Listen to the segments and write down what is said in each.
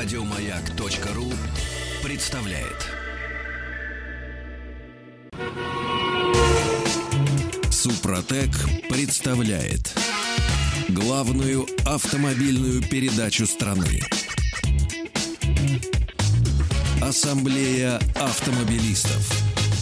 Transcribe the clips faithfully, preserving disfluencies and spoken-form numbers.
Радиомаяк.ру представляет. Супротек представляет главную автомобильную передачу страны. Ассамблея автомобилистов.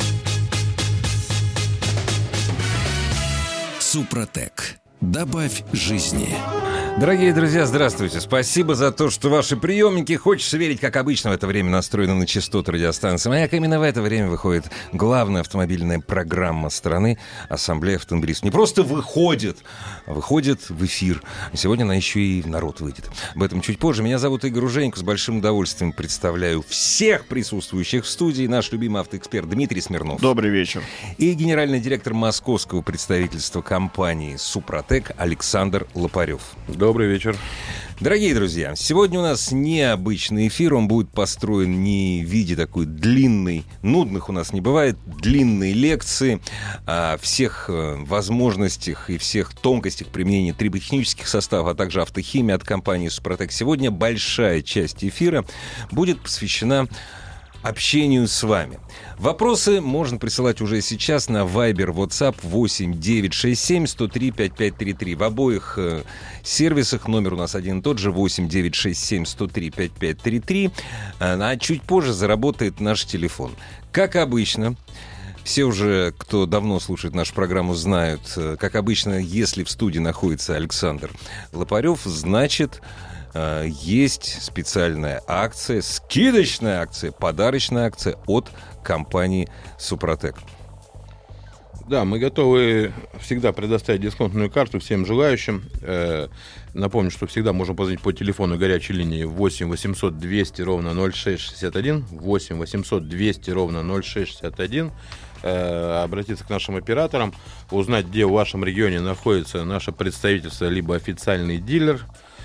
Супротек. Добавь жизни. Дорогие друзья, здравствуйте. Спасибо за то, что ваши приемники, хочется верить, как обычно, в это время настроены на частоту радиостанции «Маяк». Именно в это время выходит главная автомобильная программа страны «Ассамблея автомобилистов». Не просто выходит, а выходит в эфир. Сегодня она еще и в народ выйдет. Об этом чуть позже. Меня зовут Игорь Уженько. С большим удовольствием представляю всех присутствующих в студии. Наш любимый автоэксперт Дмитрий Смирнов. Добрый вечер. И генеральный директор московского представительства компании «Супротек» Александр Лопарев. Добрый вечер. Дорогие друзья, сегодня у нас необычный эфир. Он будет построен не в виде такой длинной, нудных у нас не бывает, длинной лекции о всех возможностях и всех тонкостях применения триботехнических составов, а также автохимии от компании «Супротек». Сегодня большая часть эфира будет посвящена общению с вами. Вопросы можно присылать уже сейчас на Viber, WhatsApp восемь девятьсот шестьдесят семь сто три пятьдесят пять тридцать три. В обоих э, сервисах номер у нас один и тот же, восемь девятьсот шестьдесят семь сто три пятьдесят пять тридцать три. А чуть позже заработает наш телефон. Как обычно, все уже, кто давно слушает нашу программу, знают, как обычно, если в студии находится Александр Лопарев, значит, есть специальная акция, скидочная акция, подарочная акция от компании «Супротек». Да, мы готовы всегда предоставить дисконтную карту всем желающим. Напомню, что всегда можно позвонить по телефону горячей линии восемь восемьсот двести ровно ноль шесть шестьдесят один, восемь восемьсот двести ровно ноль шесть шестьдесят один, обратиться к нашим операторам, узнать, где в вашем регионе находится наше представительство, либо официальный дилер.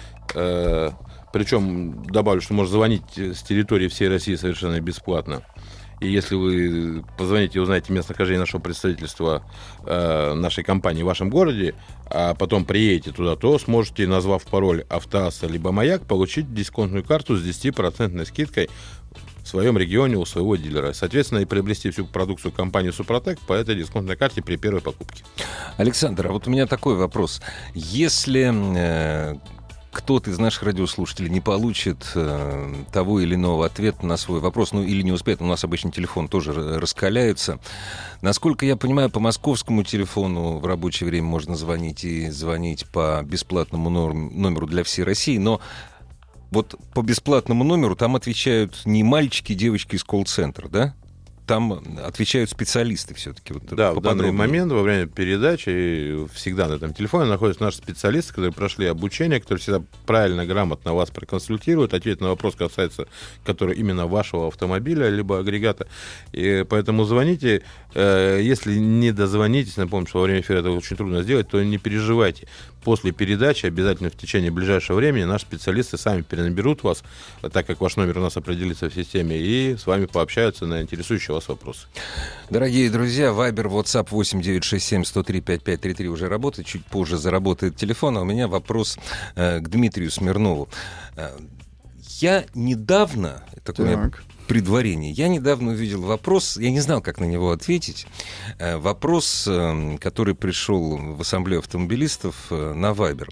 Причем добавлю, что можно звонить с территории всей России совершенно бесплатно. И если вы позвоните и узнаете местонахождение нашего представительства, э, нашей компании в вашем городе, а потом приедете туда, то сможете, назвав пароль «Автоасса» либо «Маяк», получить дисконтную карту с десять процентов скидкой в своем регионе у своего дилера. Соответственно, и приобрести всю продукцию компании «Супротек» по этой дисконтной карте при первой покупке. Александр, а вот у меня такой вопрос. Если Э... кто-то из наших радиослушателей не получит э, того или иного ответа на свой вопрос, ну или не успеет, у нас обычно телефон тоже раскаляется. Насколько я понимаю, по московскому телефону в рабочее время можно звонить и звонить по бесплатному номеру для всей России, но вот по бесплатному номеру там отвечают не мальчики, девочки из колл-центра, да? Там отвечают специалисты все-таки. Вот да, в данный момент, во время передачи, всегда на этом телефоне находятся наши специалисты, которые прошли обучение, которые всегда правильно, грамотно вас проконсультируют, ответят на вопрос, касается, который именно вашего автомобиля, либо агрегата. И поэтому звоните. Если не дозвонитесь, напомню, что во время эфира это очень трудно сделать, то не переживайте. После передачи обязательно в течение ближайшего времени наши специалисты сами перенаберут вас, так как ваш номер у нас определится в системе, и с вами пообщаются на интересующие вас вопросы. Дорогие друзья, Viber, WhatsApp восемь девятьсот шестьдесят семь сто три пятьдесят пять тридцать три уже работает, чуть позже заработает телефон, а у меня вопрос э, к Дмитрию Смирнову. Э, я недавно, это у меня предварение, я недавно увидел вопрос, я не знал, как на него ответить, э, вопрос, э, который пришел в Ассамблею автомобилистов э, на Viber.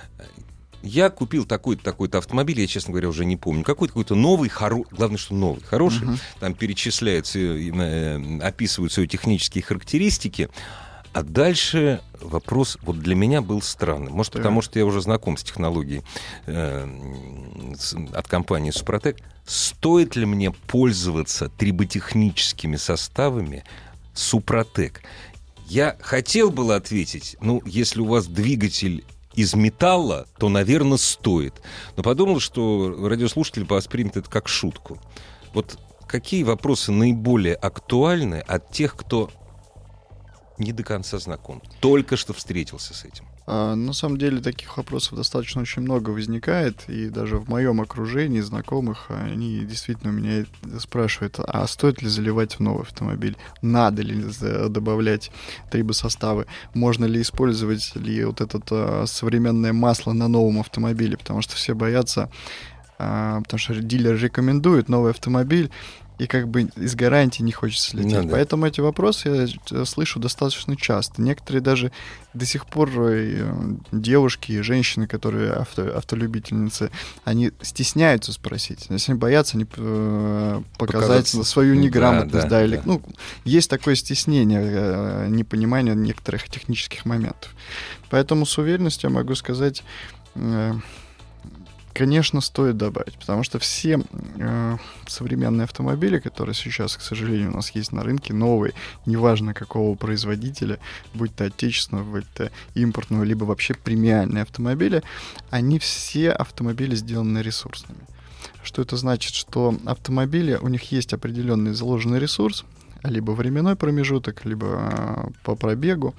Я купил такой-то, такой-то автомобиль, я, честно говоря, уже не помню. Какой-то, какой-то новый, хоро... главное, что новый, хороший. Uh-huh. Там перечисляются, э, описываются его технические характеристики. А дальше вопрос вот для меня был странным. Может, uh-huh. потому что я уже знаком с технологией э, с, от компании «Супротек». Стоит ли мне пользоваться триботехническими составами «Супротек»? Я хотел было ответить, ну, если у вас двигатель из металла, то, наверное, стоит. Но подумал, что радиослушатели воспримут это как шутку. Вот какие вопросы наиболее актуальны от тех, кто не до конца знаком, только что встретился с этим? А, на самом деле таких вопросов достаточно очень много возникает, и даже в моем окружении знакомых они действительно у меня спрашивают, а стоит ли заливать в новый автомобиль, надо ли добавлять трибосоставы, можно ли использовать ли вот это современное масло на новом автомобиле, потому что все боятся а, потому что дилер рекомендует новый автомобиль, и как бы из гарантии не хочется слететь. Ну, да. Поэтому эти вопросы я слышу достаточно часто. Некоторые даже до сих пор девушки и женщины, которые авто, автолюбительницы, они стесняются спросить. Если они боятся, они показать Показаться. свою неграмотность. Да, да, да, или, да. Ну, есть такое стеснение, непонимание некоторых технических моментов. Поэтому с уверенностью я могу сказать... Конечно, стоит добавить, потому что все э, современные автомобили, которые сейчас, к сожалению, у нас есть на рынке, новые, неважно какого производителя, будь то отечественного, будь то импортного, либо вообще премиальные автомобили, они все автомобили сделаны ресурсными. Что это значит? Что автомобили, у них есть определенный заложенный ресурс, либо временной промежуток, либо по пробегу.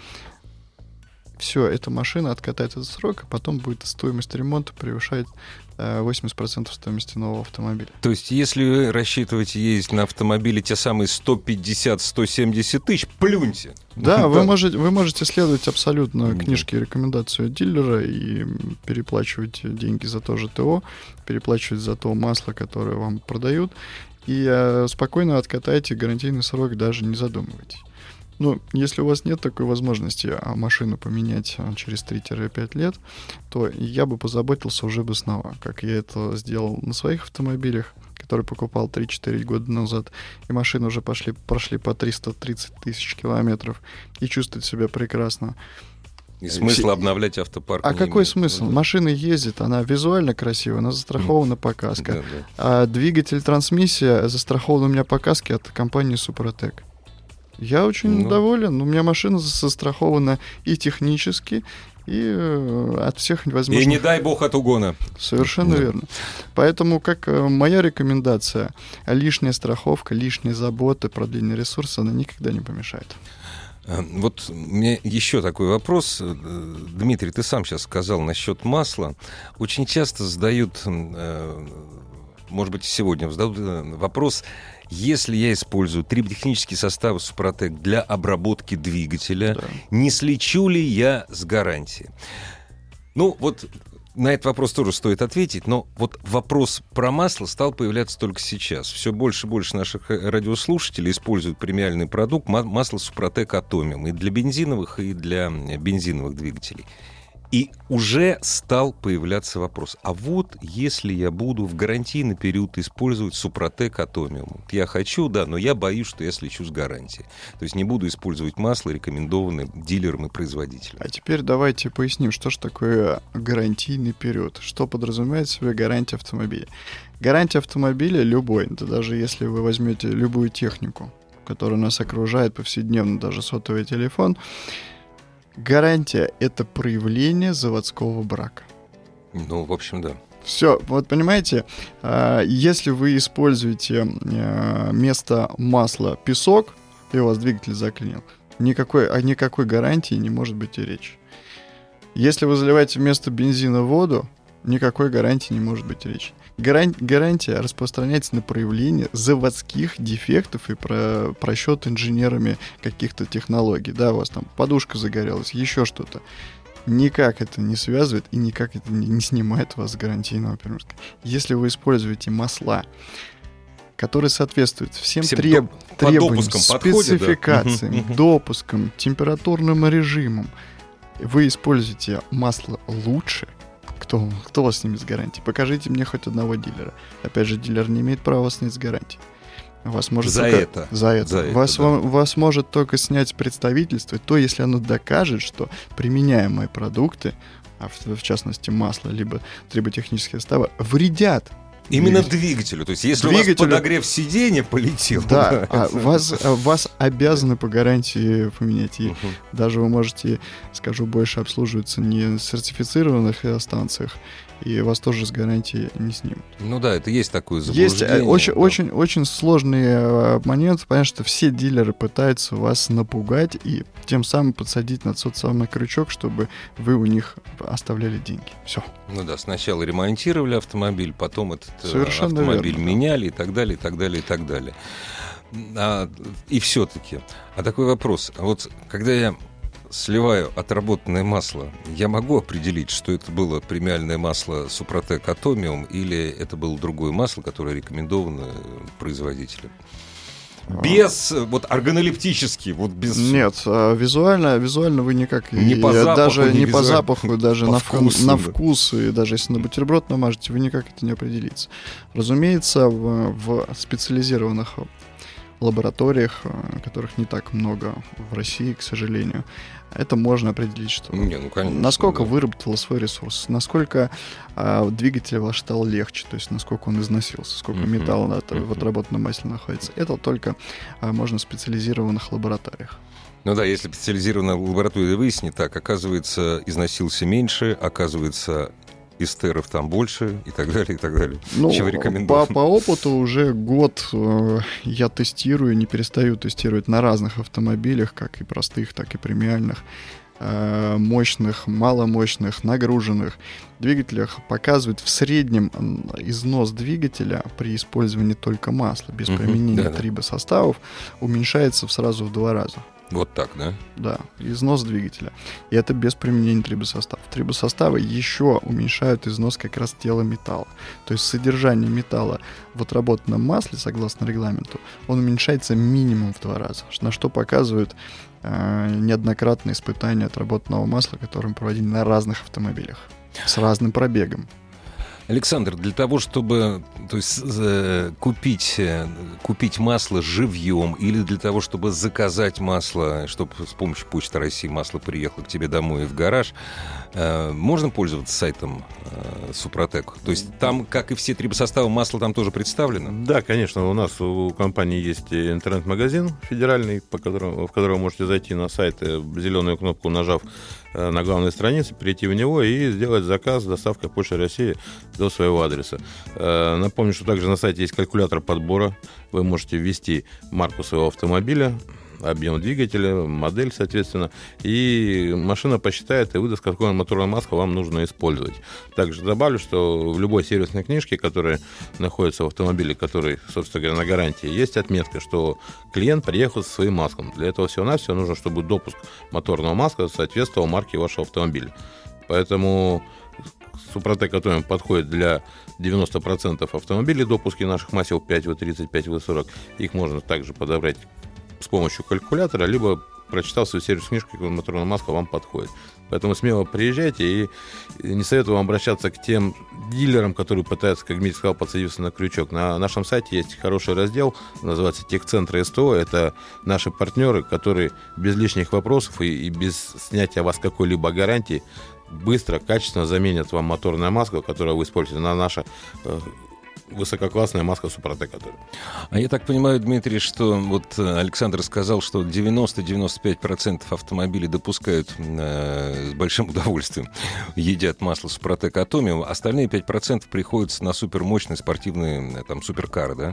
Все, эта машина откатает этот срок, а потом будет стоимость ремонта превышать восемьдесят процентов стоимости нового автомобиля. То есть, если вы рассчитываете ездить на автомобиле те самые сто пятьдесят - сто семьдесят тысяч, плюньте. Да, вы можете, вы можете следовать абсолютно книжке и рекомендацию дилера и переплачивать деньги за то же ТО, переплачивать за то масло, которое вам продают, и э, спокойно откатайте гарантийный срок, даже не задумывайтесь. Ну, если у вас нет такой возможности а машину поменять через три-пять лет, то я бы позаботился уже бы снова, как я это сделал на своих автомобилях, которые покупал три-четыре года назад, и машины уже пошли, прошли по триста тридцать тысяч километров и чувствуют себя прекрасно. И смысла обновлять автопарк. А какой имеет. смысл? Да. Машина ездит, она визуально красивая, она застрахована по каско. Да, да. А двигатель, трансмиссия застрахована у меня по каске от компании Супротек. Я очень ну. доволен. У меня машина застрахована и технически, и э, от всех возможных... И не дай бог от угона. Совершенно да. верно. Поэтому, как э, моя рекомендация, лишняя страховка, лишняя забота, продление ресурса, она никогда не помешает. Вот у меня еще такой вопрос. Дмитрий, ты сам сейчас сказал насчет масла. Очень часто задают, может быть, сегодня задают вопрос... Если я использую триботехнический состав Супротек для обработки двигателя, да. не слечу ли я с гарантией? Ну, вот на этот вопрос тоже стоит ответить, но вот вопрос про масло стал появляться только сейчас. Все больше и больше наших радиослушателей используют премиальный продукт масло Супротек Атомиум и для бензиновых, и для бензиновых двигателей. И уже стал появляться вопрос, а вот если я буду в гарантийный период использовать Супротек Атомиум, я хочу, да, но я боюсь, что я слечу с гарантией. То есть не буду использовать масло, рекомендованное дилером и производителем. А теперь давайте поясним, что же такое гарантийный период, что подразумевает в себе гарантия автомобиля. Гарантия автомобиля любой, да даже если вы возьмете любую технику, которая нас окружает повседневно, даже сотовый телефон, гарантия — это проявление заводского брака. Ну, в общем, да. Все, вот понимаете, если вы используете вместо масла песок, и у вас двигатель заклинил, никакой, о никакой гарантии не может быть и речи. Если вы заливаете вместо бензина воду, никакой гарантии не может быть речи. Гарантия распространяется на проявление заводских дефектов и про просчет инженерами каких-то технологий. Да, у вас там подушка загорелась, еще что-то. Никак это не связывает и никак это не, не снимает вас с гарантийного периода. Если вы используете масла, которые соответствуют всем, всем треб... доп... требованиям, спецификациям, подходе, да? допускам, температурным режимам, вы используете масло лучше, Кто, кто вас снимет с гарантии? Покажите мне хоть одного дилера. Опять же, дилер не имеет права снять с гарантии. Вас может за, только... это. за это. За вас, это, да. вас может только снять представительство, то если оно докажет, что применяемые продукты, а в, в частности масло, либо триботехнические составы, вредят. Именно двигателю. двигателю. То есть, если двигателю... у вас подогрев сиденья полетел... Да, а вас, вас обязаны по гарантии поменять. И uh-huh. даже вы можете, скажу больше, обслуживаться не на сертифицированных станциях, и вас тоже с гарантией не снимут. Ну да, это есть такое заблуждение. Есть очень, да. очень, очень сложный момент. Понятно, что все дилеры пытаются вас напугать и тем самым подсадить на тот самый крючок, чтобы вы у них оставляли деньги. Все. Ну да, сначала ремонтировали автомобиль, потом этот Совершенно автомобиль верно, меняли и так далее, и так далее, и так далее. А, и все-таки. А такой вопрос. Вот когда я сливаю отработанное масло, я могу определить, что это было премиальное масло Супротек Атомиум или это было другое масло, которое рекомендовано производителем? Без, вот, органолептически, вот без... Нет, визуально, визуально вы никак... Не по запаху, даже не не по визуально, запаху, даже по на, вкусу, на да. вкус, и даже если на бутерброд намажете, вы никак это не определите. Разумеется, в, в специализированных лабораториях, которых не так много в России, к сожалению, это можно определить, что Не, ну, конечно, насколько да. выработало свой ресурс, насколько а, двигатель ваш стал легче, то есть насколько он износился, сколько Мгм. металла на, в Мгм. отработанном масле находится. Это только а, можно в специализированных лабораториях. Ну да, если специализированная лаборатория выяснит, так, оказывается, износился меньше, оказывается, эстеров там больше и так далее, и так далее. Ну, Чем по, рекомендовано. по опыту уже год э, я тестирую, не перестаю тестировать на разных автомобилях, как и простых, так и премиальных, э, мощных, маломощных, нагруженных двигателях. Показывает в среднем м, износ двигателя при использовании только масла, без Мгм, применения да-да. трибосоставов, уменьшается в сразу в два раза. Вот так, да? Да, износ двигателя. И это без применения трибосоставов. Трибосоставы еще уменьшают износ как раз тела металла. То есть содержание металла в отработанном масле, согласно регламенту, он уменьшается минимум в два раза. На что показывают э, неоднократные испытания отработанного масла, которые мы проводили на разных автомобилях с разным пробегом. Александр, для того, чтобы, то есть, э, купить, э, купить масло живьем или для того, чтобы заказать масло, чтобы с помощью Почты России масло приехало к тебе домой и в гараж, э, можно пользоваться сайтом э, Супротек? То есть там, как и все трибосоставы, масло там тоже представлено? Да, конечно, у нас у компании есть интернет-магазин федеральный, по которому, в который вы можете зайти на сайт, зеленую кнопку нажав э, на главной странице, перейти в него и сделать заказ с доставкой Почты России до своего адреса. Э, напомню, что также на сайте есть калькулятор подбора. Вы можете ввести марку своего автомобиля, объем двигателя, модель, соответственно, и машина посчитает и выдаст, какое моторное масло вам нужно использовать. Также добавлю, что в любой сервисной книжке, которая находится в автомобиле, который, собственно говоря, на гарантии, есть отметка, что клиент приехал со своим маслом. Для этого всего-навсего нужно, чтобы допуск моторного масла соответствовал марке вашего автомобиля. Поэтому Супротек Атомиум подходит для девяноста процентов автомобилей, допуски наших масел пять вэ тридцать, пять вэ сорок. Их можно также подобрать с помощью калькулятора, либо прочитал свою сервис книжку, какое моторное масло вам подходит. Поэтому смело приезжайте, и не советую вам обращаться к тем дилерам, которые пытаются, как Дмитрий сказал, подсадиться на крючок. На нашем сайте есть хороший раздел, называется «Техцентры СТО». Это наши партнеры, которые без лишних вопросов и, и без снятия вас какой-либо гарантии быстро, качественно заменят вам моторное масло, которое вы используете, на наше э, высококлассное масло Супротек. А я так понимаю, Дмитрий, что вот Александр сказал, что девяносто-девяносто пять процентов автомобилей допускают э, с большим удовольствием, едят масло Супротек Атомиум, остальные пять процентов приходятся на супермощные спортивные там, суперкары, да?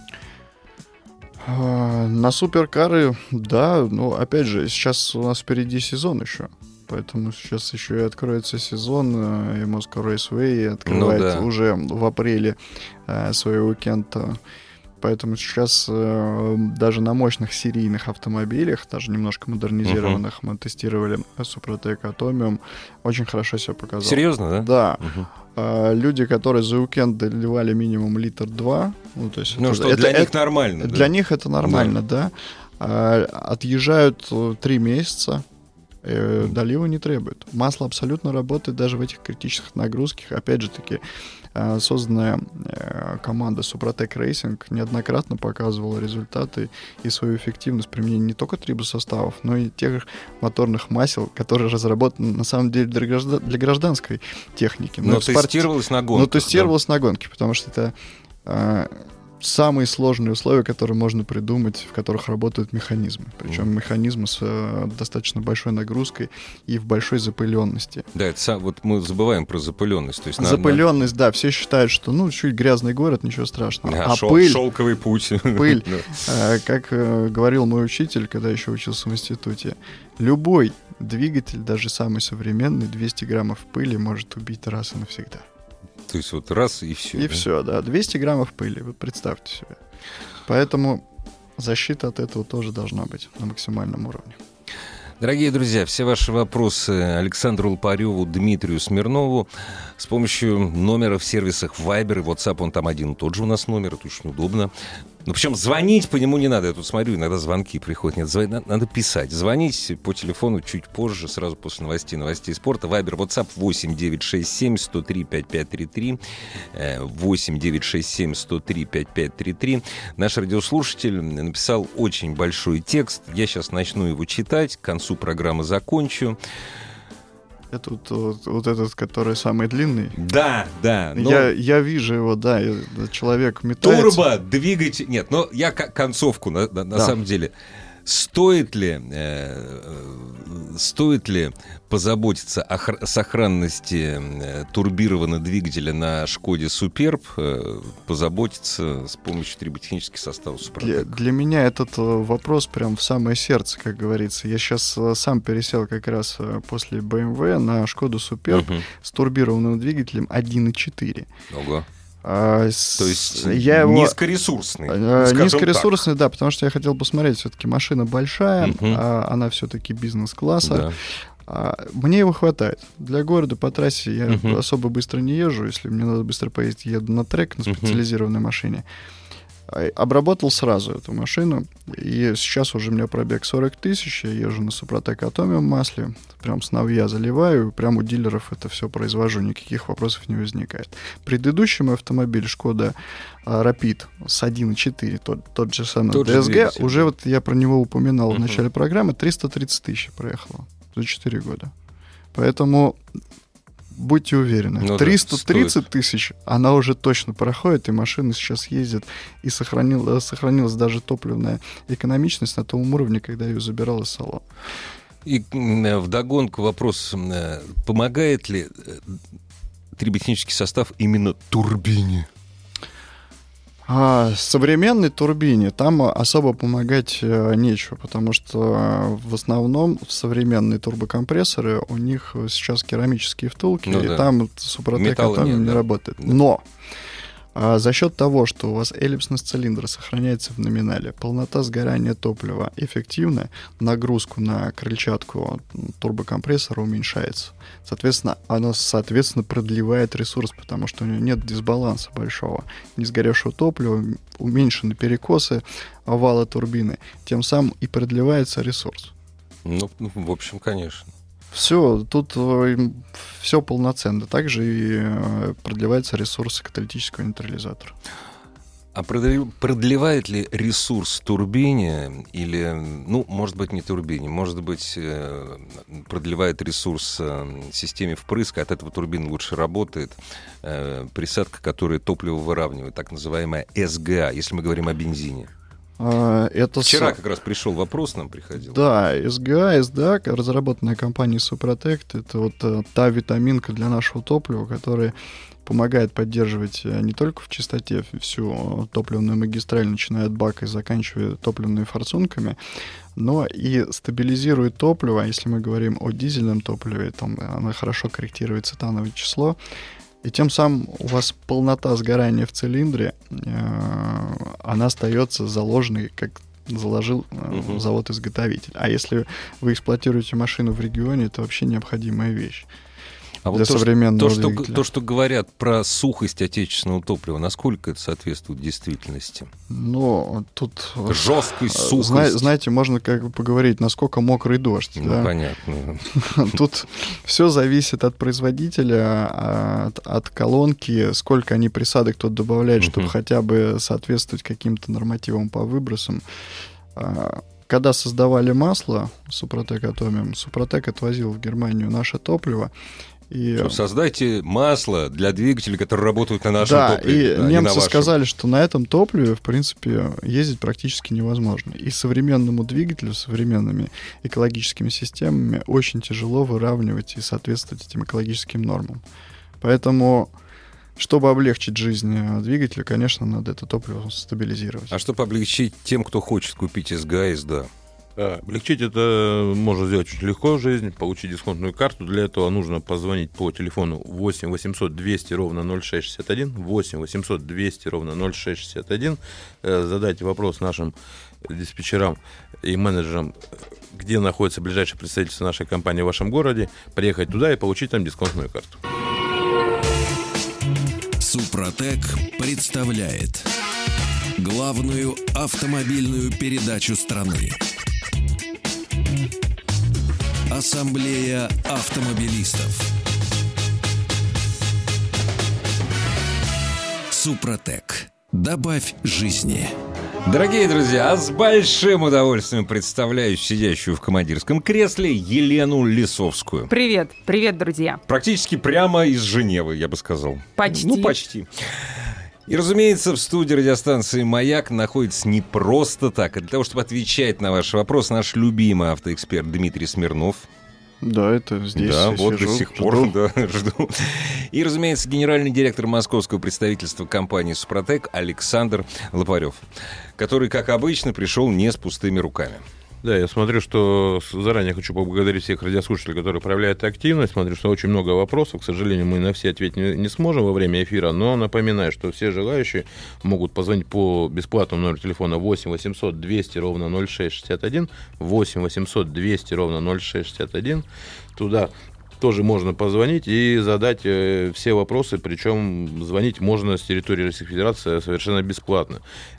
На суперкары, да, но опять же, сейчас у нас впереди сезон еще. Поэтому сейчас еще и откроется сезон, и Moscow Raceway открывает ну, да. уже в апреле э, свой уикенд. Поэтому сейчас э, даже на мощных серийных автомобилях, даже немножко модернизированных, uh-huh. мы тестировали Супротек Атомиум. Очень хорошо себя показал. Серьезно, да? Да. Uh-huh. Э, люди, которые за уикенд доливали минимум литр два, ну, то есть ну это, что, это, для это, них нормально. Для да? них это нормально, да. да. Э, отъезжают три месяца. Долива не требует. Масло абсолютно работает даже в этих критических нагрузках. Опять же таки, созданная команда Супротек Racing неоднократно показывала результаты и свою эффективность применения не только трибосоставов, но и тех моторных масел, которые разработаны на самом деле для, граждан, для гражданской техники. Но, но тестировалось на гонках. Но тестировалось да? на гонке, потому что это самые сложные условия, которые можно придумать, в которых работают механизмы. Причем mm. механизмы с э, достаточно большой нагрузкой и в большой запыленности. Да, это, вот мы забываем про запыленность. То есть запыленность, на... да, все считают, что ну чуть грязный город, ничего страшного. Да, а шел, пыль, шелковый путь. Пыль, э, как э, говорил мой учитель, когда еще учился в институте, любой двигатель, даже самый современный, двести граммов пыли может убить раз и навсегда. То есть вот раз и все. И да? все, да. двести граммов пыли, вы представьте себе. Поэтому защита от этого тоже должна быть на максимальном уровне. Дорогие друзья, все ваши вопросы Александру Лопареву, Дмитрию Смирнову с помощью номера в сервисах Viber и WhatsApp. Он там один и тот же у нас номер, это очень удобно. Но причем звонить по нему не надо. Я тут смотрю, иногда звонки приходят. Нет, звон... надо писать. Звонить по телефону чуть позже, сразу после новостей, новостей спорта. Viber, WhatsApp восемь девятьсот шестьдесят семь сто три пятьдесят пять тридцать три. восемь девятьсот шестьдесят семь сто три пятьдесят пять тридцать три. Наш радиослушатель написал очень большой текст. Я сейчас начну его читать. К концу программы закончу. Это вот, вот, вот этот, который самый длинный. Да, да. Но... Я, я вижу его, да, человек метается. Турбо, двигатель... Нет, но я к- концовку, на, на, на да. самом деле. Стоит ли, э, стоит ли позаботиться о хр- сохранности э, турбированного двигателя на Шкоде Суперб, э, позаботиться с помощью триботехнических составов Супротек? Для, для меня этот вопрос прям в самое сердце, как говорится. Я сейчас сам пересел как раз после бэ эм вэ на Шкоду Суперб uh-huh. с турбированным двигателем один и четыре. Ого. А, То есть я низкоресурсный. Его... Низкоресурсный, да, потому что я хотел посмотреть, все-таки машина большая, uh-huh. а она все-таки бизнес-класса. Да. А, мне его хватает. Для города по трассе я uh-huh. особо быстро не езжу. Если мне надо быстро поездить, еду на трек на специализированной uh-huh. машине. Обработал сразу эту машину, и сейчас уже у меня пробег сорок тысяч, я езжу на Супротек Атомиум масле, прям с новья заливаю, прям у дилеров это все произвожу, никаких вопросов не возникает. Предыдущий мой автомобиль, Шкода Rapid с один и четыре, тот, тот же самый тот ди эс джи, же уже вот я про него упоминал uh-huh. в начале программы, триста тридцать тысяч проехало за четыре года. Поэтому... Будьте уверены, ну, триста тридцать тысяч она уже точно проходит, и машина сейчас ездит, и сохранил, сохранилась даже топливная экономичность на том уровне, когда ее забирал из салона. И вдогонку вопрос, помогает ли триботехнический состав именно турбине? А, современной турбине там особо помогать э, нечего, потому что э, в основном современные турбокомпрессоры, у них сейчас керамические втулки, ну, и да. там Супротек Атомиум не да. работает. Да. Но а, за счет того, что у вас эллипсность цилиндра сохраняется в номинале, полнота сгорания топлива эффективна, нагрузку на крыльчатку турбокомпрессора уменьшается. Соответственно, оно, соответственно, продлевает ресурс, потому что у него нет дисбаланса большого. Не сгоревшего топлива, уменьшены перекосы овала турбины, тем самым и продлевается ресурс. Ну, в общем, конечно. Все, тут э, все полноценно. Также и э, продлевается ресурс каталитического нейтрализатора. А продлевает ли ресурс турбине или, ну, может быть, не турбине, может быть, продлевает ресурс системе впрыска, от этого турбина лучше работает, присадка, которая топливо выравнивает, так называемая эс гэ а, если мы говорим о бензине? Это Вчера с... как раз пришел вопрос, нам приходил. Да, эс гэ а, эс дэ а, разработанная компанией Супротек, это вот та витаминка для нашего топлива, которая помогает поддерживать не только в чистоте всю топливную магистраль, начиная от бака и заканчивая топливными форсунками, но и стабилизирует топливо. Если мы говорим о дизельном топливе, там оно хорошо корректирует цетановое число, и тем самым у вас полнота сгорания в цилиндре, э, она остается заложенной, как заложил э, uh-huh. завод-изготовитель. А если вы эксплуатируете машину в регионе, это вообще необходимая вещь. А вот то, то, что, то, что говорят про сухость отечественного топлива, насколько это соответствует действительности? Ну, тут... Жесткость, сухость. Зна- знаете, можно как бы поговорить, насколько мокрый дождь. Ну, да? понятно. Тут все зависит от производителя, от, от колонки, сколько они присадок тут добавляют, чтобы хотя бы соответствовать каким-то нормативам по выбросам. Когда создавали масло Супротек Атомиум, Супротек отвозил в Германию наше топливо. И... Что, создайте масло для двигателей, которые работают на нашем да, топливе. И да, немцы сказали, что на этом топливе, в принципе, ездить практически невозможно. И современному двигателю, современными экологическими системами очень тяжело выравнивать и соответствовать этим экологическим нормам. Поэтому, чтобы облегчить жизнь двигателя, конечно, надо это топливо стабилизировать. А чтобы облегчить тем, кто хочет купить эс гэ а, эс дэ а? Облегчить это можно сделать очень легко в жизни, получить дисконтную карту. Для этого нужно позвонить по телефону восемь восемьсот двести ровно ноль шесть шестьдесят один, восемь восемьсот двести ровно ноль шесть шестьдесят один, задать вопрос нашим диспетчерам и менеджерам, где находится ближайшее представительство нашей компании в вашем городе, приехать туда и получить там дисконтную карту. Супротек представляет главную автомобильную передачу страны. Ассамблея автомобилистов. Супротек. Добавь жизни. Дорогие друзья, с большим удовольствием представляю сидящую в командирском кресле Елену Лисовскую. Привет, привет, друзья. Практически прямо из Женевы, я бы сказал. Почти. Ну, почти. И, разумеется, в студии радиостанции «Маяк» находится не просто так, а для того, чтобы отвечать на ваши вопросы, наш любимый автоэксперт Дмитрий Смирнов. Да, это здесь. Да, вот сижу, до сих жду. пор, да, жду. И, разумеется, генеральный директор московского представительства компании «Супротек» Александр Лопарев, который, как обычно, пришел не с пустыми руками. Да, я смотрю, что заранее хочу поблагодарить всех радиослушателей, которые проявляют активность. Смотрю, что очень много вопросов. К сожалению, мы на все ответить не, не сможем во время эфира, но напоминаю, что все желающие могут позвонить по бесплатному номеру телефона восемь восемьсот двести ровно ноль шесть шестьдесят один, восемь восемьсот двести ровно ноль шесть шестьдесят один. Туда тоже можно позвонить и задать э, все вопросы, причем звонить можно с территории Российской Федерации совершенно бесплатно.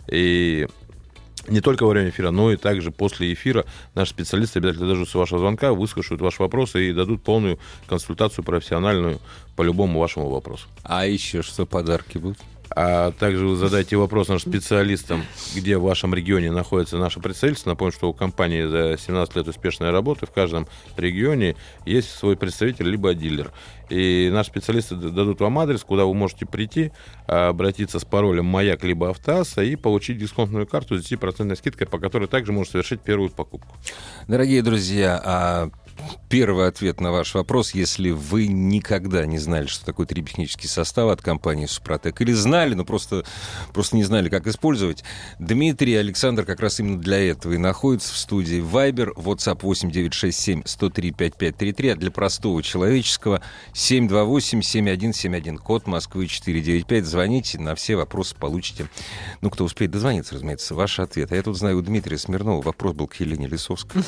И не только во время эфира, но и также после эфира наши специалисты обязательно дождутся вашего звонка, выслушают ваши вопросы и дадут полную консультацию профессиональную по любому вашему вопросу. А еще что, подарки будут? А также вы задайте вопрос нашим специалистам, где в вашем регионе находится наше представительство. Напомню, что у компании за семнадцать лет успешной работы в каждом регионе есть свой представитель либо дилер. И наши специалисты дадут вам адрес, куда вы можете прийти, обратиться с паролем «Маяк» либо «Автоасса» и получить дисконтную карту с десять процентов скидкой, по которой также можно совершить первую покупку. Дорогие друзья, а первый ответ на ваш вопрос, если вы никогда не знали, что такое триботехнический состав от компании «Супротек», или знали, но просто, просто не знали, как использовать, Дмитрий и Александр как раз именно для этого и находятся в студии. Вайбер, WhatsApp восемь девятьсот шестьдесят семь сто три пятьдесят пять тридцать три, а для простого человеческого семь два восемь семь один семь один, код Москвы четыреста девяносто пять. Звоните, на все вопросы получите. Ну, кто успеет дозвониться, разумеется, ваш ответ. А я тут знаю у Дмитрия Смирнова вопрос был к Елене Лисовской.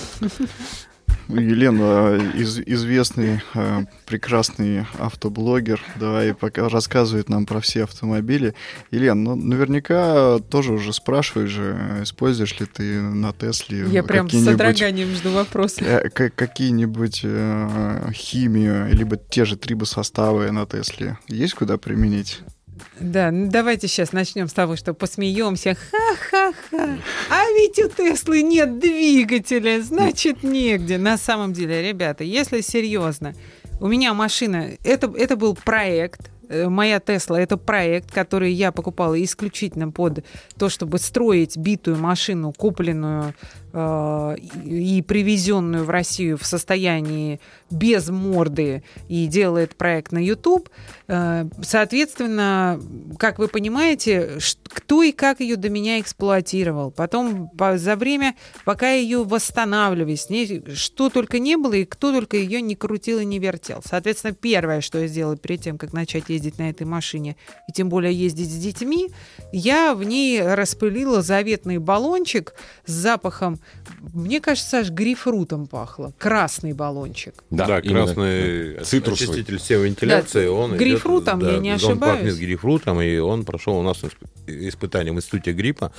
Елена, из, известный, э, прекрасный автоблогер, давай пока рассказывает нам про все автомобили. Елена, ну, наверняка тоже уже спрашиваешь же, используешь ли ты на Тесле Я прям с содроганием жду вопроса. Э, какие-нибудь э, химию, либо те же трибосоставы на Тесле. Есть куда применить? Да, ну давайте сейчас начнем с того, что посмеемся. Ха-ха-ха. А ведь у Теслы нет двигателя, значит, негде. На самом деле, ребята, если серьезно, у меня машина, это, это был проект. Моя Тесла — это проект, который я покупала исключительно под то, чтобы строить битую машину, купленную э, и привезенную в Россию в состоянии без морды, и делала этот проект на YouTube. Э, соответственно, как вы понимаете, кто и как ее до меня эксплуатировал. Потом по, за время, пока ее восстанавливали, с ней что только не было, и кто только ее не крутил и не вертел. Соответственно, первое, что я сделала перед тем, как начать ездить ездить на этой машине, и тем более ездить с детьми, я в ней распылила заветный баллончик с запахом, мне кажется, аж грейпфрутом пахло. Красный баллончик. Да, да красный цитрусовый очиститель севовентиляции. Да, он грейпфрутом, идет, я да, не он ошибаюсь. пахнет грейпфрутом, и он прошел у нас испытание в институте гриппа,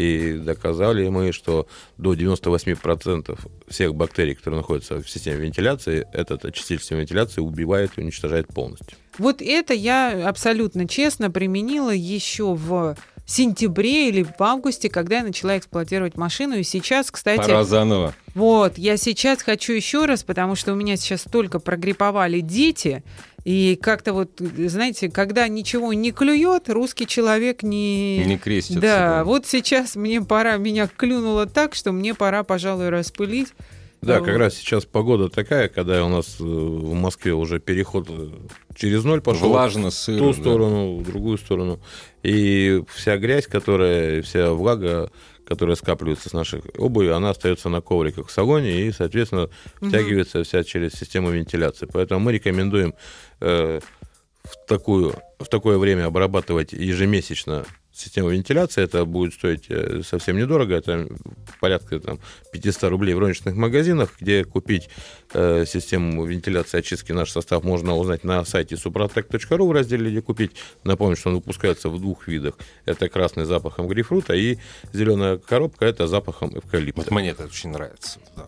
и доказали мы, что до девяносто восемь процентов всех бактерий, которые находятся в системе вентиляции, этот очиститель системы вентиляции убивает и уничтожает полностью. Вот это я абсолютно честно применила еще в сентябре или в августе, когда я начала эксплуатировать машину. И сейчас, кстати... Пора заново. Вот, я сейчас хочу еще раз, потому что у меня сейчас только прогрипповали дети. И как-то вот, знаете, когда ничего не клюет, русский человек не... Не крестится. Да, да, вот сейчас мне пора, меня клюнуло так, что мне пора, пожалуй, распылить. Да, как раз сейчас погода такая, когда у нас в Москве уже переход через ноль пошел. Влажно, в сыро. ту сторону, да. в другую сторону. И вся грязь, которая, вся влага, которая скапливается с нашей обуви, она остается на ковриках в салоне и, соответственно, втягивается вся через систему вентиляции. Поэтому мы рекомендуем э, в, такую, в такое время обрабатывать ежемесячно систему вентиляции. Это будет стоить совсем недорого, это порядка там, пятьсот рублей в розничных магазинах, где купить э, систему вентиляции и очистки наш состав можно узнать на сайте супротек точка ру в разделе «Где купить». Напомню, что он выпускается в двух видах. Это красный с запахом грейпфрута и зеленая коробка это запахом эвкалипта. Вот мне это очень нравится. Да.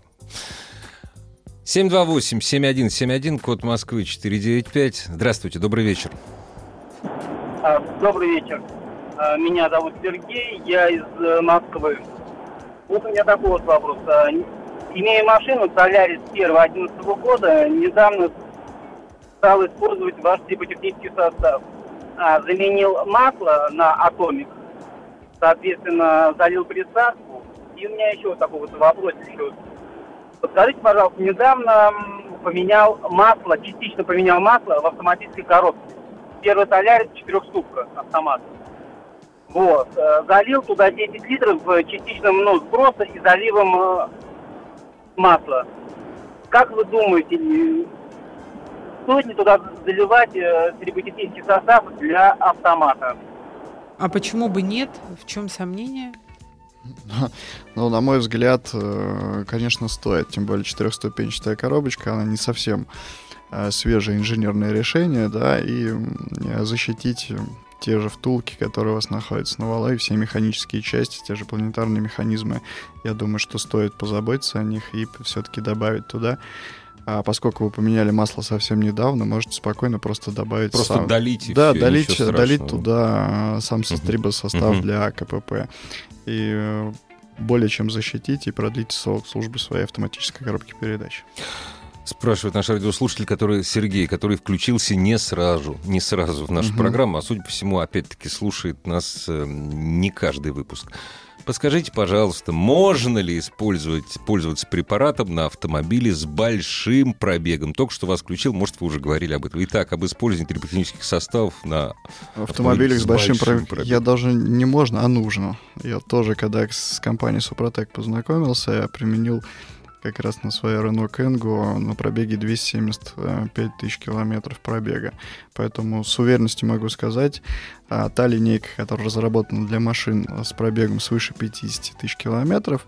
семь два восемь семь один семь один, код Москвы четыре девять пять. Здравствуйте, добрый вечер. Добрый вечер. Меня зовут Сергей, я из Москвы. Вот у меня такой вот вопрос. Имея машину Солярис первого одиннадцатого года, недавно стал использовать ваш триботехнический состав. А, заменил масло на Атомик, соответственно, залил присадку. И у меня еще вот такой вот вопрос еще. Подскажите, пожалуйста, недавно поменял масло, частично поменял масло в автоматической коробке. Первый Солярис четырехступка автомат. Вот. Залил туда десять литров частичным, ну, сброса и заливом э, масла. Как вы думаете, стоит ли туда заливать э, триботехнический состав для автомата? А почему бы нет? В чем сомнение? Ну, на мой взгляд, конечно, стоит. Тем более четырехступенчатая коробочка, она не совсем свежее инженерное решение, да, и защитить те же втулки, которые у вас находятся на валу, и все механические части, те же планетарные механизмы, я думаю, что стоит позаботиться о них и все-таки добавить туда. А поскольку вы поменяли масло совсем недавно, можете спокойно просто добавить... Просто сам... долить и да, все, долить, долить туда сам трибосостав uh-huh. для КПП. И более чем защитить и продлить срок службы своей автоматической коробки передач. Спрашивает наш радиослушатель, который Сергей, который включился не сразу, не сразу в нашу uh-huh. программу, а, судя по всему, опять-таки слушает нас э, не каждый выпуск. Подскажите, пожалуйста, можно ли использовать, пользоваться препаратом на автомобиле с большим пробегом? Только что вас включил, может, вы уже говорили об этом. Итак, об использовании триботехнических составов на автомобилях с большим, большим пробегом. пробегом. Я даже не можно, а нужно. Я тоже, когда с компанией Супротек познакомился, я применил как раз на своей Renault Kangoo на пробеге двести семьдесят пять тысяч километров пробега. Поэтому с уверенностью могу сказать, та линейка, которая разработана для машин с пробегом свыше пятьдесят тысяч километров,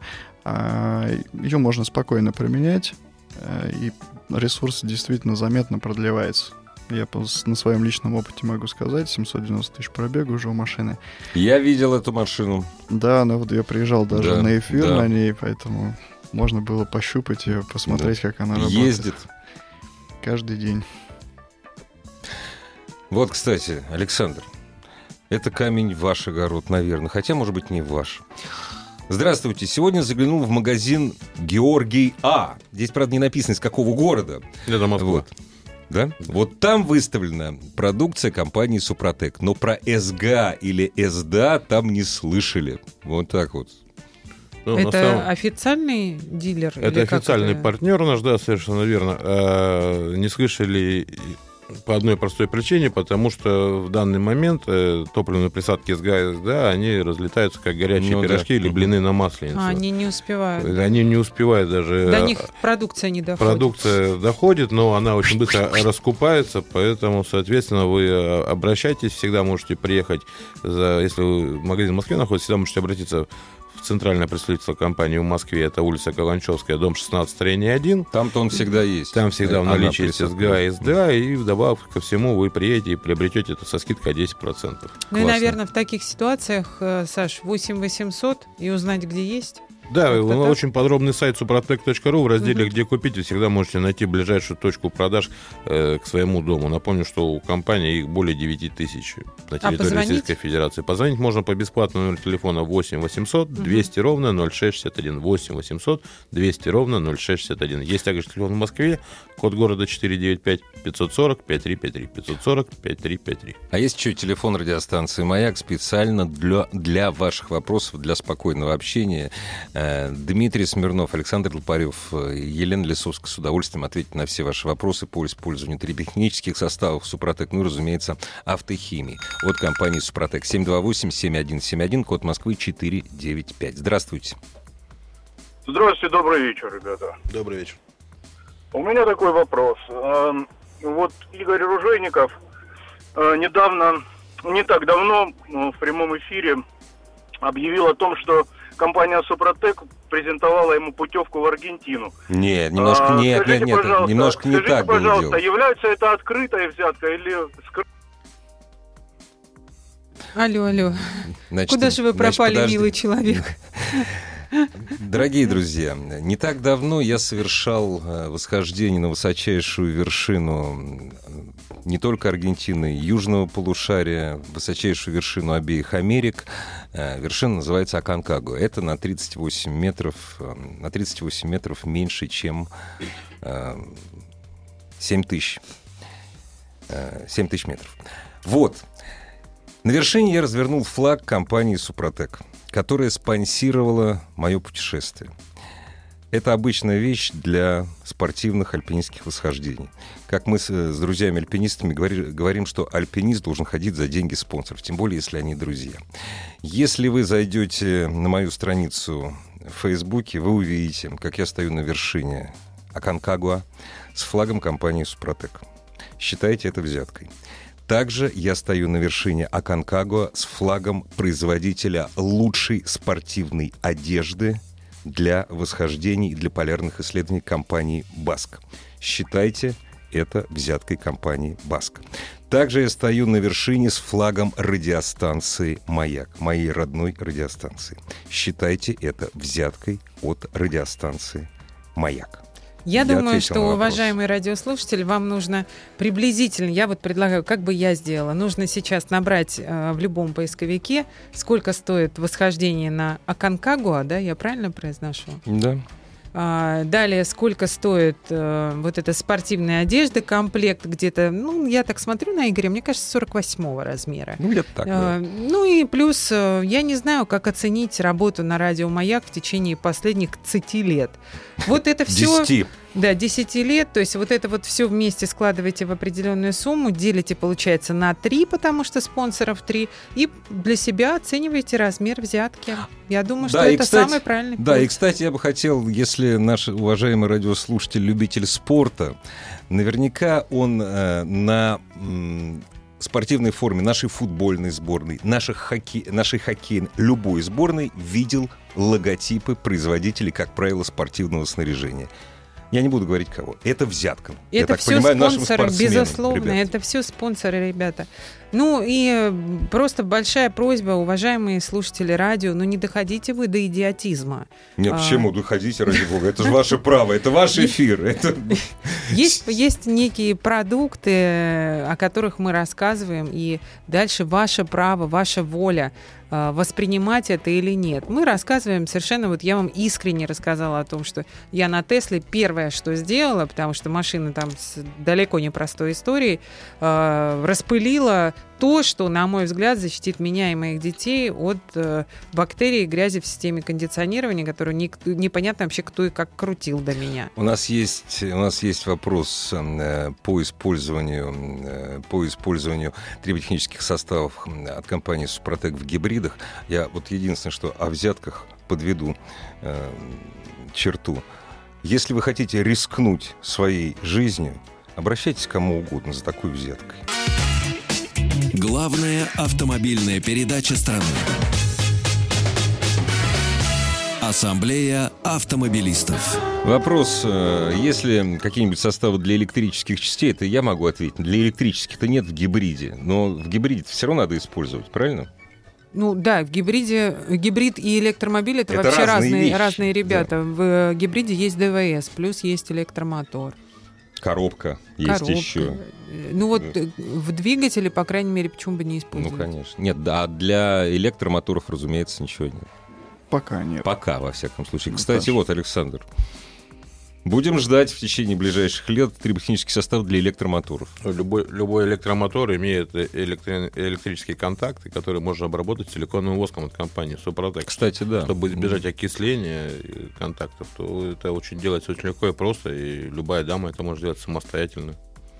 ее можно спокойно применять, и ресурс действительно заметно продлевается. Я на своем личном опыте могу сказать, семьсот девяносто тысяч пробега уже у машины. Я видел эту машину. Да, ну вот я приезжал даже да, на эфир да. на ней, поэтому... Можно было пощупать ее, посмотреть, да. как она работает. Ездит. Каждый день. Вот, кстати, Александр, это камень в ваш огород, наверное. Хотя, может быть, не ваш. Здравствуйте. Сегодня заглянул в магазин Георгий А. Здесь, правда, не написано, из какого города. Это Москва. Вот. Да? Вот там выставлена продукция компании Супротек. Но про СГА или СДА там не слышали. Вот так вот. Ну, это самом... официальный дилер? Это или официальный это... партнер наш, да, совершенно верно. А, не слышали по одной простой причине, потому что в данный момент э, топливные присадки СГА, да, они разлетаются как горячие ну, пирожки да. или блины на масленицу. А, они не успевают. Они не успевают даже. До них продукция не доходит. Продукция доходит, но она очень быстро раскупается, поэтому, соответственно, вы обращайтесь, всегда можете приехать, за, если вы в магазине в Москве находитесь, всегда можете обратиться в центральное представительство компании в Москве, это улица Каланчевская, дом шестнадцать, строение один. Там-то он всегда есть. Там всегда в наличии есть СГА и СДА, и вдобавок ко всему вы приедете и приобретете это со скидкой десять процентов. Ну и, наверное, в таких ситуациях, Саш, восемь восемьсот и узнать, где есть. Да, очень подробный сайт супротек точка ру в разделе угу. «Где купить» вы всегда можете найти ближайшую точку продаж э, к своему дому. Напомню, что у компании их более девять тысяч на территории а Российской Федерации. Позвонить можно по бесплатному номеру телефона восемь восемьсот двести угу. ровно ноль шесть шестьдесят один. восемь восемьсот двести ровно ноль шесть шестьдесят один. Есть также телефон в Москве, код города четыре девять пять пятьсот сорок пятьдесят три пятьдесят три. пятьсот сорок пятьдесят три пятьдесят три. А есть еще телефон радиостанции «Маяк» специально для, для ваших вопросов, для спокойного общения. Дмитрий Смирнов, Александр Лопарев, Елена Лисовская с удовольствием ответят на все ваши вопросы по использованию триботехнических составов «Супротек», ну и, разумеется, автохимии от компании «Супротек». семь два восемь семь один семь один, код Москвы четыре девять пять. Здравствуйте. Здравствуйте, добрый вечер, ребята. Добрый вечер. У меня такой вопрос. Вот Игорь Ружейников недавно, не так давно, в прямом эфире объявил о том, что компания «Супротек» презентовала ему путевку в Аргентину. Нет, немножко, а, нет, скажите, нет, нет, немножко не скажите, так было пожалуйста, дело. является это открытая взятка или скрытая? Алло, алло. Значит, Куда же вы значит, пропали, подожди. милый человек? Дорогие друзья, не так давно я совершал восхождение на высочайшую вершину не только Аргентины, южного полушария, высочайшую вершину обеих Америк. Вершина называется Аконкагуа. Это на тридцать восемь метров, на тридцать восемь метров меньше, чем семь тысяч. семь тысяч метров. Вот. На вершине я развернул флаг компании «Супротек», которая спонсировала мое путешествие. Это обычная вещь для спортивных альпинистских восхождений. Как мы с, с друзьями-альпинистами говори, говорим, что альпинист должен ходить за деньги спонсоров, тем более, если они друзья. Если вы зайдете на мою страницу в Фейсбуке, вы увидите, как я стою на вершине Аконкагуа с флагом компании «Супротек». Считайте это взяткой. Также я стою на вершине Аконкагуа с флагом производителя лучшей спортивной одежды для восхождений и для полярных исследований компании «Баск». Считайте это взяткой компании «Баск». Также я стою на вершине с флагом радиостанции «Маяк», моей родной радиостанции. Считайте это взяткой от радиостанции «Маяк». Я, Я думаю, ответил что, на вопрос. уважаемый радиослушатель, вам нужно приблизительно, я вот предлагаю, как бы я сделала, нужно сейчас набрать э, в любом поисковике, сколько стоит восхождение на Аконкагуа, да, я правильно произношу? Да. А, далее, сколько стоит э, вот эта спортивная одежда, комплект где-то, ну, я так смотрю на Игоря, мне кажется, сорок восьмого размера. Ну, где-то так, да. А, ну и плюс, э, я не знаю, как оценить работу на радио «Маяк» в течение последних двадцати лет. Вот это все... Десяти. Да, десяти лет, то есть вот это вот все вместе складываете в определенную сумму, делите, получается, на три, потому что спонсоров три, и для себя оцениваете размер взятки. Я думаю, что Да, и, это кстати, самый правильный путь. Да, и, кстати, я бы хотел, если наш уважаемый радиослушатель, любитель спорта, наверняка он э, на м, спортивной форме нашей футбольной сборной, наших хоккей, нашей хоккейной, любой сборной видел логотипы производителей, как правило, спортивного снаряжения. Я не буду говорить кого. Это взятка. Это Я так все понимаю, нашим спонсоры, спортсменам, безусловно, ребят. это все спонсоры, ребята. Ну и просто большая просьба, уважаемые слушатели радио, ну не доходите вы до идиотизма. Нет, А. почему? Доходите, ради бога. Это же ваше право, это ваш эфир. Это... Есть, есть некие продукты, о которых мы рассказываем, и дальше ваше право, ваша воля э, воспринимать это или нет. Мы рассказываем совершенно, вот я вам искренне рассказала о том, что я на Тесле первое, что сделала, потому что машина там с далеко не простой историей, э, распылила то, что, на мой взгляд, защитит меня и моих детей от э, бактерий и грязи в системе кондиционирования, которую ник- непонятно вообще, кто и как крутил до меня. У нас есть, у нас есть вопрос э, по использованию, э, по использованию триботехнических составов от компании «Супротек» в гибридах. Я вот единственное, что о взятках подведу э, черту. Если вы хотите рискнуть своей жизнью, обращайтесь к кому угодно за такой взяткой. Главная автомобильная передача страны. Ассамблея автомобилистов. Вопрос, э, если какие-нибудь составы для электрических частей, это я могу ответить. Для электрических-то нет в гибриде, но в гибриде все равно надо использовать, правильно? Ну да, в гибриде, гибрид и электромобиль это, Это вообще разные разные, вещи, разные ребята. В гибриде есть ДВС, плюс есть электромотор. Коробка есть Коробка. еще. Ну вот э, в двигателе, по крайней мере, почему бы не Ну, использовать? конечно. Нет, да, для электромоторов, разумеется, ничего нет. Пока нет. Пока, во всяком случае. Ну, Кстати, хорошо. вот, Александр. Будем ждать в течение ближайших лет триботехнический состав для электромоторов. Любой, любой электромотор имеет электри- электрические контакты, которые можно обработать силиконовым воском от компании Супротек. Кстати, да. Чтобы избежать окисления контактов, то это очень делается очень легко и просто, и любая дама это может делать самостоятельно.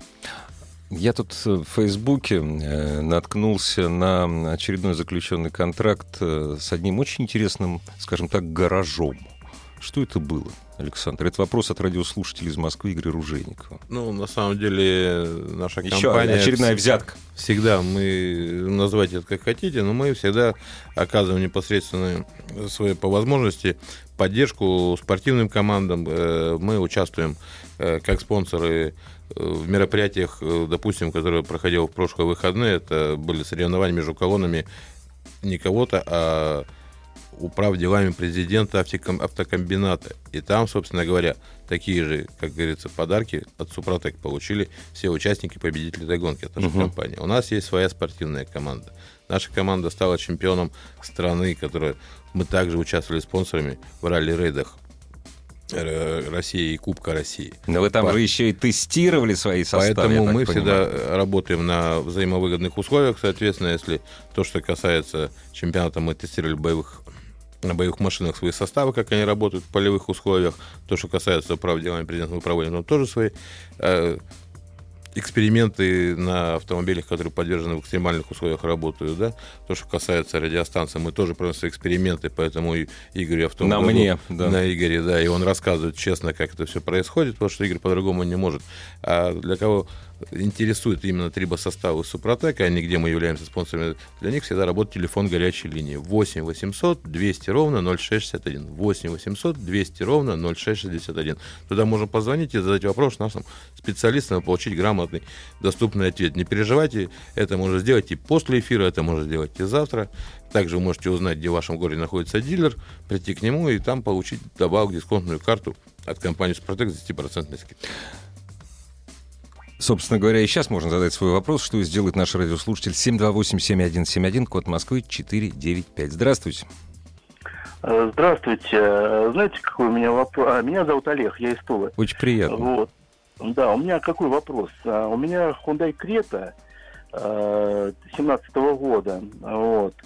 Я тут в Фейсбуке э, наткнулся на очередной заключенный контракт э, с одним очень интересным, скажем так, гаражом. Что это было, Александр? Это вопрос от радиослушателя из Москвы Игоря Ружейникова. Ну, на самом деле, наша Еще компания... очередная взятка. Всегда мы, называйте это как хотите, но мы всегда оказываем непосредственно свои, по возможности, поддержку спортивным командам. Мы участвуем как спонсоры в мероприятиях, допустим, которые проходило в прошлые выходные. Это были соревнования между колоннами не кого-то, а управ делами президента автокомбината. И там, собственно говоря, такие же, как говорится, подарки от Супротек получили все участники, победители этой гонки от нашей uh-huh. компании. У нас есть своя спортивная команда. Наша команда стала чемпионом страны, которая мы также участвовали спонсорами в ралли-рейдах России и Кубка России. Но вы там По... же еще и тестировали свои составы. Поэтому мы понимаю. всегда работаем на взаимовыгодных условиях. Соответственно, если то, что касается чемпионата, мы тестировали боевых на боевых машинах свои составы, как они работают в полевых условиях. То, что касается управ делами президента, мы проводим там тоже свои э, эксперименты на автомобилях, которые подвержены в экстремальных условиях, работают. Да? То, что касается радиостанции, мы тоже проводим свои эксперименты, поэтому Игорь в том на году, мне, да. на Игоре, да, и он рассказывает честно, как это все происходит, потому что Игорь по-другому не может. А для кого интересует именно трибосоставы Супротека, а не где мы являемся спонсорами, для них всегда работает телефон горячей линии восемь восемьсот двести ровно ноль шесть шестьдесят один. восемь восемьсот двести ровно ноль шесть шестьдесят один. Туда можно позвонить и задать вопрос нашим специалистам и получить грамотный, доступный ответ. Не переживайте, это можно сделать и после эфира, это можно сделать и завтра. Также вы можете узнать, где в вашем городе находится дилер, прийти к нему и там получить добавок, дисконтную карту от компании Супротек с десять процентов скидкой. Собственно говоря, и сейчас можно задать свой вопрос, что сделает наш радиослушатель семь два восемь семь один семь один, код Москвы четыре девять пять. Здравствуйте. Здравствуйте. Знаете, какой у меня вопрос? Меня зовут Олег, я из Тулы. Очень приятно. Вот. Да, у меня какой вопрос? У меня Hyundai Creta семнадцатого года. Вот.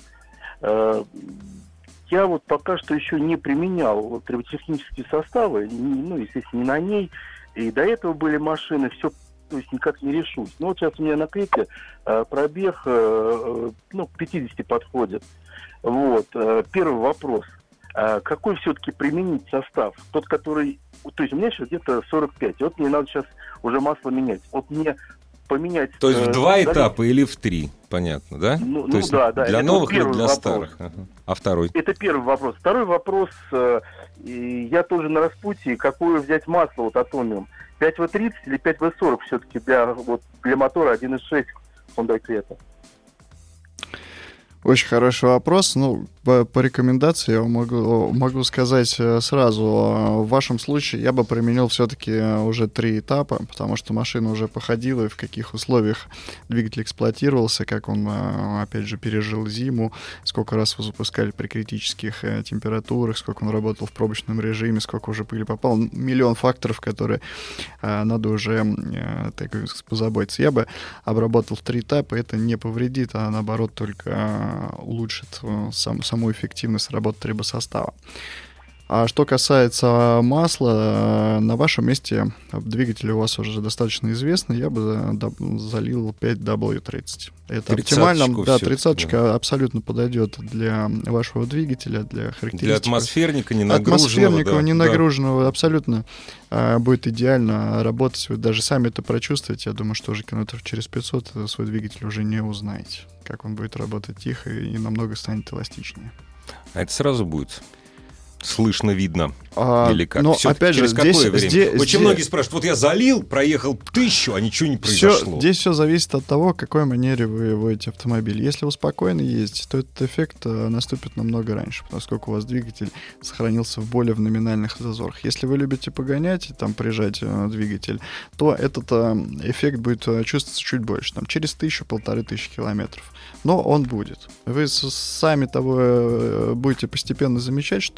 Я вот пока что еще не применял триботехнические составы, ну, естественно, не на ней. И до этого были машины, все, то есть никак не решусь. Но вот сейчас у меня на Крете э, пробег, э, ну, к пятидесяти подходит. Вот. Э, первый вопрос. Э, какой все-таки применить состав? Тот, который... То есть у меня сейчас где-то сорок пять. Вот мне надо сейчас уже масло менять. Вот мне поменять... То есть в два э, этапа или в три? Понятно, да? Ну, То ну есть да, да. Для это новых или для вопрос. старых? Ага. А второй? Это первый вопрос. Второй вопрос. Э, я тоже на распутье. Какое взять масло вот Atomium? пять вэ тридцать или пять вэ сорок все-таки для, вот, для мотора один и шесть Hyundai Creta? Очень хороший вопрос. Ну, по, по рекомендации я могу, могу сказать сразу. В вашем случае я бы применил все-таки уже три этапа, потому что машина уже походила, и в каких условиях двигатель эксплуатировался, как он, опять же, пережил зиму, сколько раз вы запускали при критических температурах, сколько он работал в пробочном режиме, сколько уже пыли попало. Миллион факторов, которые надо уже так, позаботиться. Я бы обработал в три этапа. Это не повредит, а наоборот только улучшит сам, саму эффективность работы трибосостава. А что касается масла, на вашем месте двигатель у вас уже достаточно известный, я бы залил пять дабл ю тридцать. Это оптимально, да, тридцаточка да. абсолютно подойдет для вашего двигателя, для характеристик. Для атмосферника не нагруженного. Атмосферника да, не нагруженного да. абсолютно а, будет идеально работать. Вы даже сами это прочувствуете. Я думаю, что уже километров через пятьсот свой двигатель уже не узнаете, как он будет работать тихо и намного станет эластичнее. А это сразу будет слышно, видно? А, или как? Но, Всё, опять через же, какое здесь, время? Здесь, Очень здесь... многие спрашивают, вот я залил, проехал тысячу, а ничего не произошло. Всё, здесь все зависит от того, в какой манере вы водите автомобиль. Если вы спокойно ездите, то этот эффект наступит намного раньше, поскольку у вас двигатель сохранился в более в номинальных зазорах. Если вы любите погонять и там прижать двигатель, то этот эффект будет чувствоваться чуть больше, там через тысячу, полторы тысячи километров. Но он будет. Вы сами того будете постепенно замечать, что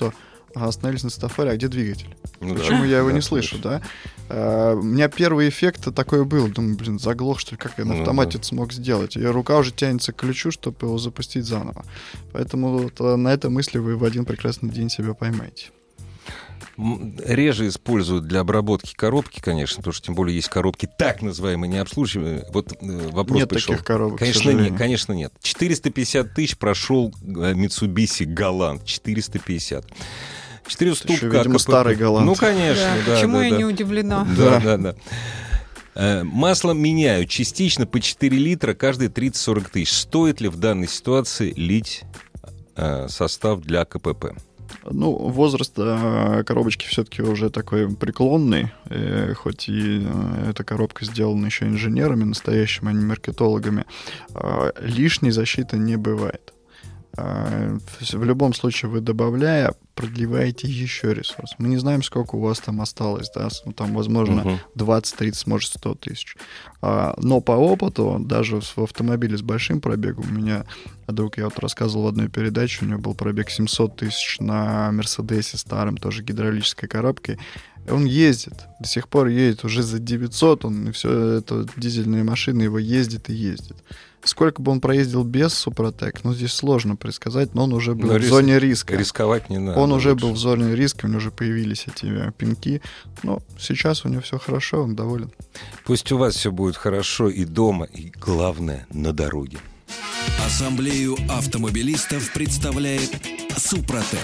а остановились на светофоре, а где двигатель? Ну, Почему да, я его да, не слышу, да? А, у меня первый эффект такой был. Думаю, блин, заглох, что ли, как я на Ну, автомате да. это смог сделать? И рука уже тянется к ключу, чтобы его запустить заново. Поэтому вот, на этой мысли вы в один прекрасный день себя поймаете. М, Реже используют для обработки коробки, конечно, потому что тем более есть коробки так называемые необслуживаемые. Вот э, вопрос Нет пришел. таких коробок, к Конечно, сожалению. нет, конечно, нет. четыреста пятьдесят тысяч прошел э, Mitsubishi Galant. четыреста пятьдесят. Четыре Это еще, ступка видимо, АКПП. старый Galant. Ну, конечно, Да, да. почему да, я да. не удивлена? Да, да, да. Э, Масло меняю частично по четыре литра каждые тридцать-сорок тысяч. Стоит ли в данной ситуации лить э, состав для КПП? Ну, возраст э, коробочки все-таки уже такой преклонный, э, хоть и э, эта коробка сделана еще инженерами настоящими, а не маркетологами. Э, лишней защиты не бывает. Э, в, в любом случае, вы добавляя, продлеваете еще ресурс. Мы не знаем, сколько у вас там осталось, да, ну, там, возможно, Мгм. двадцать-тридцать, может, сто тысяч. А, но по опыту, даже в автомобиле с большим пробегом, у меня друг, я вот рассказывал в одной передаче, у него был пробег семьсот тысяч на Мерседесе старом, тоже гидравлической коробкой. Он ездит, до сих пор едет, уже за девятьсот, он, и все это дизельные машины, его ездит и ездит. Сколько бы он проездил без Супротек, ну, здесь сложно предсказать, но он уже был Но в рис- зоне риска. Рисковать не надо. Он уже лучше. был в зоне риска, у него уже появились эти э, пинки. Но сейчас у него все хорошо, он доволен. Пусть у вас все будет хорошо и дома, и, главное, на дороге. Ассамблею автомобилистов представляет Супротек.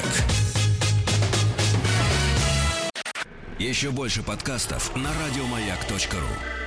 Еще больше подкастов на радиомаяк точка ру.